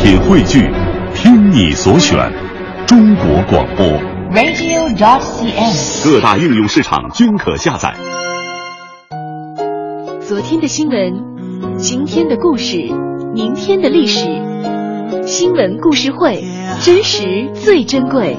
品汇聚，听你所选，中国广播 radio.cn， 各大应用市场均可下载。 昨天的新闻，今天的故事，明天的历史，新闻故事会，真实最珍贵。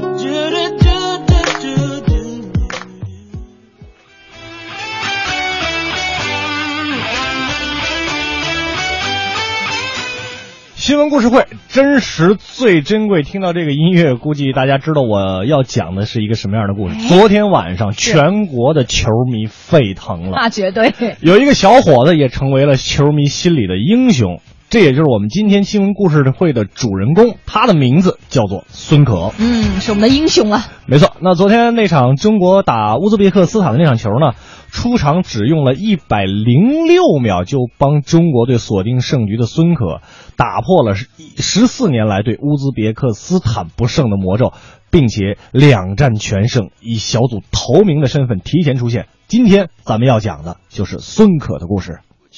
新闻故事会，真实最珍贵。听到这个音乐，估计大家知道我要讲的是一个什么样的故事。昨天晚上，全国的球迷沸腾了， 那绝对有一个小伙子也成为了球迷心里的英雄。这也就是我们今天新闻故事会的主人公，他的名字叫做孙可。 是我们的英雄啊。 没错，那昨天那场中国打乌兹别克斯坦的那场球呢，出场只用了106秒就帮中国队锁定胜局的孙可，打破了14年来对乌兹别克斯坦不胜的魔咒，并且2战全胜，以小组头名的身份提前出现。今天咱们要讲的就是孙可的故事。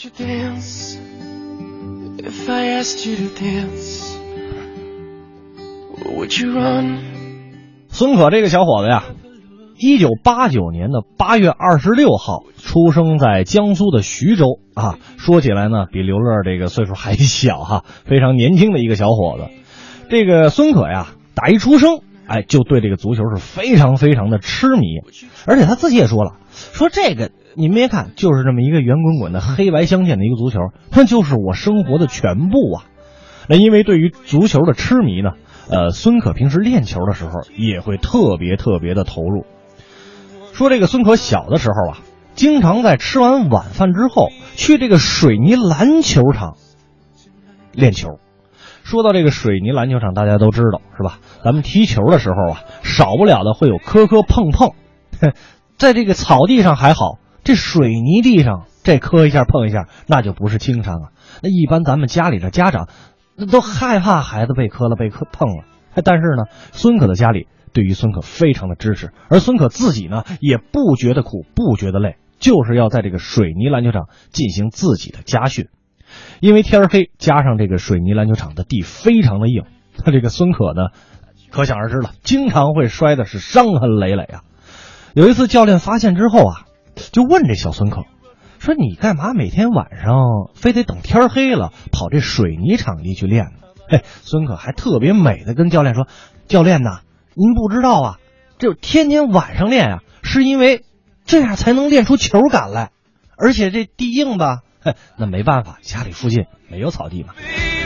If I asked you to dance, would you run? 孙可这个小伙子呀，1989年的8月26号出生在江苏的徐州啊。说起来呢，比刘乐这个岁数还小哈，非常年轻的一个小伙子。这个孙可呀，打一出生，就对这个足球是非常非常的痴迷，而且他自己也说了，说这个。你们别看，就是这么一个圆滚滚的黑白相间的一个足球，那就是我生活的全部啊。那因为对于足球的痴迷呢，孙可平时练球的时候也会特别的投入。说这个孙可小的时候啊，经常在吃完晚饭之后去这个水泥篮球场练球。说到这个水泥篮球场，大家都知道是吧？咱们踢球的时候啊，少不了的会有磕磕碰碰，在这个草地上还好。这水泥地上，这磕一下碰一下，那就不是轻伤啊。那一般咱们家里的家长，那都害怕孩子被磕了、被碰了。但是呢，孙可的家里对于孙可非常的支持，而孙可自己呢，也不觉得苦，不觉得累，就是要在这个水泥篮球场进行自己的家训。因为天黑，加上这个水泥篮球场的地非常的硬，他这个孙可呢，可想而知了，经常会摔的是伤痕累累啊。有一次教练发现之后啊，就问这小孙可说，你干嘛每天晚上非得等天黑了跑这水泥场地去练呢？孙可还特别美的跟教练说，教练呐，您不知道啊，这天天晚上练啊，是因为这样才能练出球感来，而且这地硬吧，那没办法，家里附近没有草地嘛。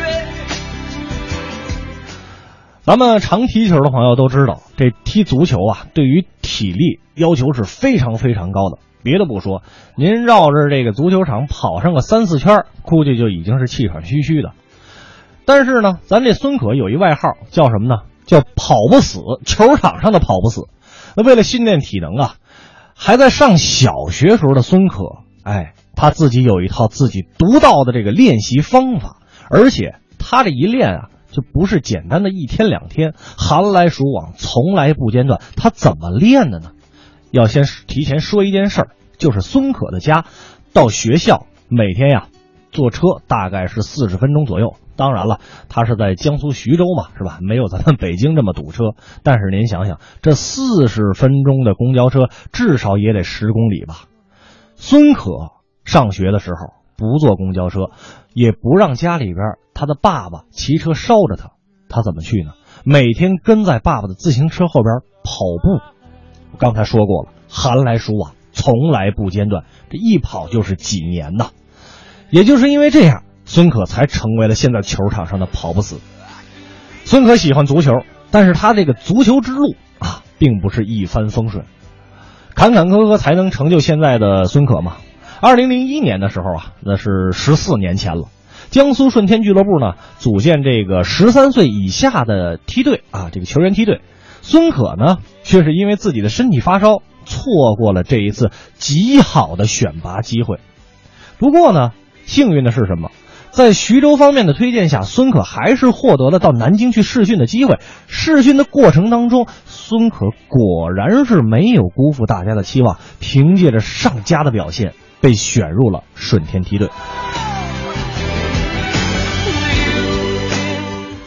咱们常踢球的朋友都知道，这踢足球啊，对于体力要求是非常非常高的。别的不说，您绕着这个足球场跑上个3-4圈，估计就已经是气喘吁吁的。但是呢，咱这孙可有一外号叫什么呢？叫跑不死，球场上的跑不死。那为了训练体能啊，还在上小学时候的孙可，他自己有一套自己独到的这个练习方法，而且他这一练啊，就不是简单的1天2天，寒来暑往，从来不间断。他怎么练的呢？要先提前说一件事儿，就是孙可的家到学校每天呀坐车大概是40分钟左右。当然了，他是在江苏徐州嘛，是吧？没有咱们北京这么堵车。但是您想想，这40分钟的公交车至少也得10公里吧。孙可上学的时候不坐公交车，也不让家里边他的爸爸骑车捎着他怎么去呢？每天跟在爸爸的自行车后边跑步。我刚才说过了，寒来暑往，从来不间断，这一跑就是几年呐。也就是因为这样，孙可才成为了现在球场上的跑不死。孙可喜欢足球，但是他这个足球之路啊，并不是一帆风顺，坎坎坷坷才能成就现在的孙可嘛。2001年的时候啊，那是14年前了。江苏舜天俱乐部呢，组建这个13岁以下的梯队啊，这个球员梯队。孙可呢，却是因为自己的身体发烧，错过了这一次极好的选拔机会。不过呢，幸运的是什么？在徐州方面的推荐下，孙可还是获得了到南京去试训的机会。试训的过程当中，孙可果然是没有辜负大家的期望，凭借着上佳的表现，被选入了舜天梯队。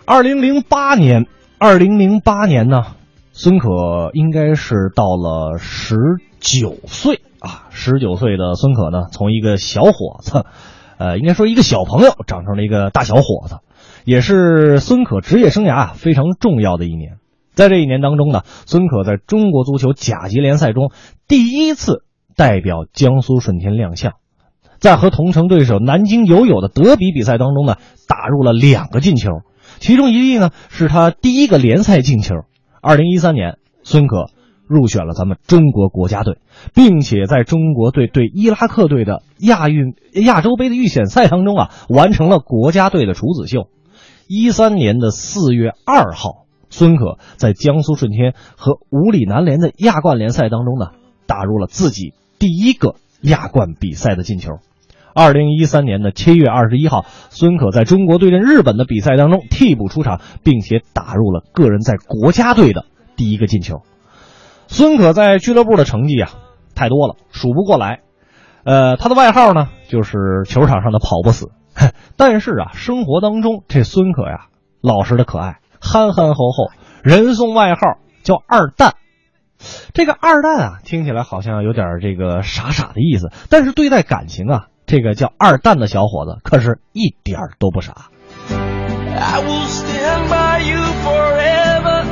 2008年呢，孙可应该是到了19岁啊，19岁的孙可呢，从一个小伙子，应该说一个小朋友，长成了一个大小伙子，也是孙可职业生涯非常重要的一年。在这一年当中呢，孙可在中国足球甲级联赛中第一次代表江苏舜天亮相，在和同城对手南京友友的德比比赛当中呢，打入了2个进球，其中一粒呢是他第一个联赛进球。2013年，孙可入选了咱们中国国家队，并且在中国队对伊拉克队的亚洲杯的预选赛当中完成了国家队的处子秀。13年的4月2号，孙可在江苏舜天和五里南联的亚冠联赛当中呢，打入了自己第一个亚冠比赛的进球。2013年的7月21号，孙可在中国对阵日本的比赛当中替补出场，并且打入了个人在国家队的第一个进球。孙可在俱乐部的成绩太多了，数不过来。他的外号呢就是球场上的跑不死。但是生活当中这孙可老实的可爱，憨憨厚厚，人送外号叫二蛋。这个二蛋听起来好像有点这个傻傻的意思，但是对待感情这个叫二蛋的小伙子可是一点都不傻。 I will stand by you forever.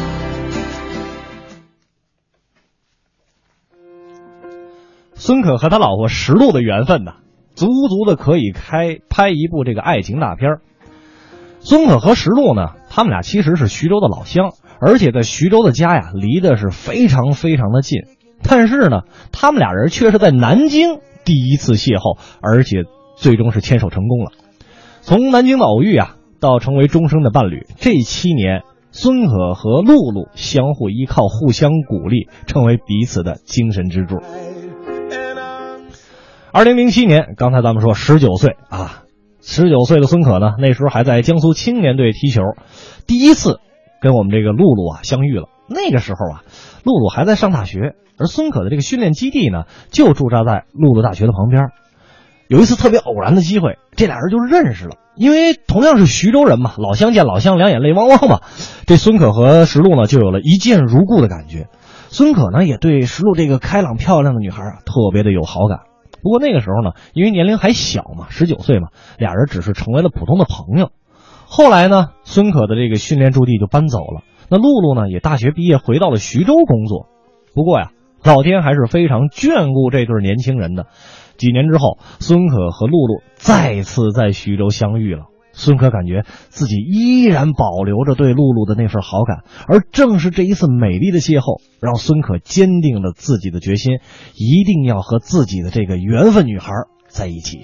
孙可和他老婆石璐的缘分足足的可以拍一部这个爱情大片。孙可和石璐呢，他们俩其实是徐州的老乡，而且在徐州的家离得是非常非常的近。但是呢，他们俩人却是在南京第一次邂逅，而且最终是牵手成功了。从南京的偶遇到成为终生的伴侣，这7年，孙可和露露相互依靠，互相鼓励，成为彼此的精神支柱。2007年，刚才咱们说19岁19岁的孙可呢，那时候还在江苏青年队踢球，第一次跟我们这个露露相遇了。那个时候露露还在上大学，而孙可的这个训练基地呢，就驻扎在露露大学的旁边。有一次特别偶然的机会，这俩人就认识了，因为同样是徐州人嘛，老乡见老乡，两眼泪汪汪嘛。这孙可和石璐呢，就有了一见如故的感觉。孙可呢，也对石璐这个开朗漂亮的女孩特别的有好感。不过那个时候呢，因为年龄还小嘛，19岁嘛，俩人只是成为了普通的朋友。后来呢，孙可的这个训练驻地就搬走了，那露露呢也大学毕业回到了徐州工作。不过老天还是非常眷顾这对年轻人的。几年之后，孙可和露露再次在徐州相遇了。孙可感觉自己依然保留着对露露的那份好感，而正是这一次美丽的邂逅，让孙可坚定了自己的决心，一定要和自己的这个缘分女孩在一起。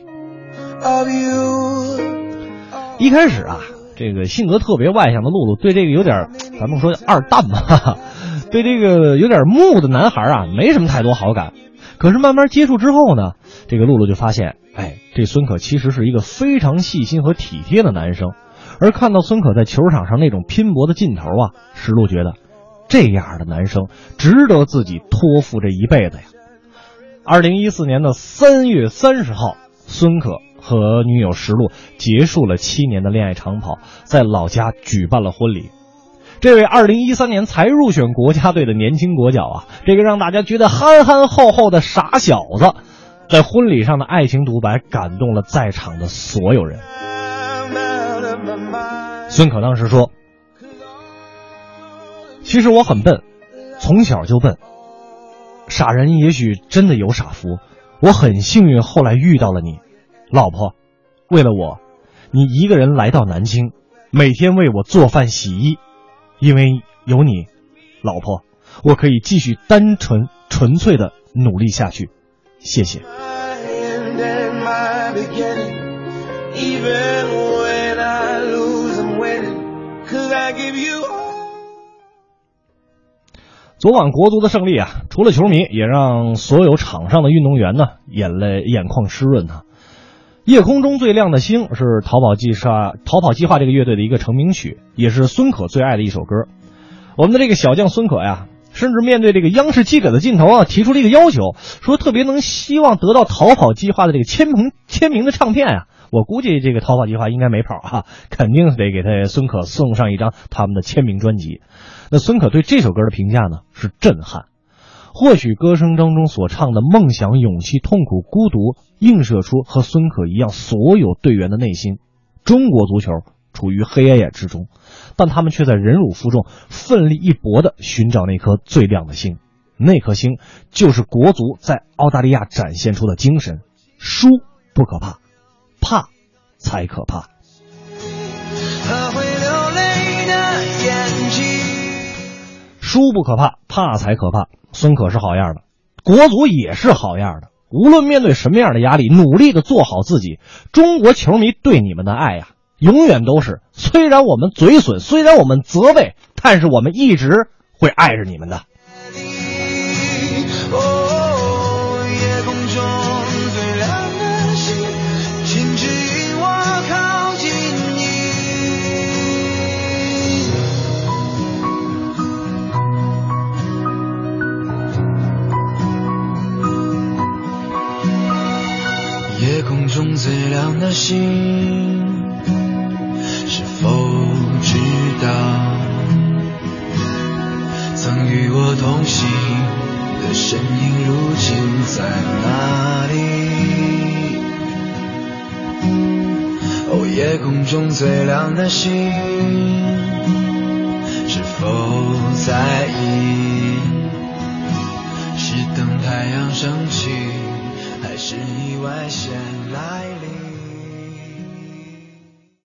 一开始这个性格特别外向的露露对这个有点，咱们说二蛋嘛，对这个有点木的男孩没什么太多好感。可是慢慢接触之后呢，这个露露就发现，这孙可其实是一个非常细心和体贴的男生。而看到孙可在球场上那种拼搏的劲头石璐觉得这样的男生值得自己托付这一辈子呀。2014年的3月30号，孙可和女友石璐结束了7年的恋爱长跑，在老家举办了婚礼。这位2013年才入选国家队的年轻国脚这个让大家觉得憨憨厚厚的傻小子，在婚礼上的爱情独白感动了在场的所有人。孙可当时说，其实我很笨，从小就笨，傻人也许真的有傻福，我很幸运后来遇到了你，老婆，为了我，你一个人来到南京，每天为我做饭洗衣，因为有你，老婆，我可以继续单纯纯粹的努力下去，谢谢。昨晚国足的胜利除了球迷，也让所有场上的运动员呢眼眶湿润夜空中最亮的星是逃跑计划这个乐队的一个成名曲，也是孙可最爱的一首歌。我们的这个小将孙可甚至面对这个央视记者的镜头提出了一个要求，说特别希望得到逃跑计划的这个签名的唱片我估计这个逃跑计划应该没跑啊，肯定得给他孙可送上一张他们的签名专辑。那孙可对这首歌的评价呢是震撼。或许歌声当中所唱的梦想、勇气、痛苦、孤独，映射出和孙可一样所有队员的内心。中国足球处于黑暗之中，但他们却在忍辱负重、奋力一搏地寻找那颗最亮的星。那颗星就是国足在澳大利亚展现出的精神。输不可怕，怕才可怕。输不可怕，怕才可怕。孙可是好样的，国足也是好样的。无论面对什么样的压力，努力的做好自己。中国球迷对你们的爱呀，永远都是，虽然我们嘴损，虽然我们责备，但是我们一直会爱着你们的。 夜空中最亮的星，是否知道曾与我同行的身影如今在哪里？哦，夜空中最亮的星，是否在意？是等太阳升起，还是意外先来临？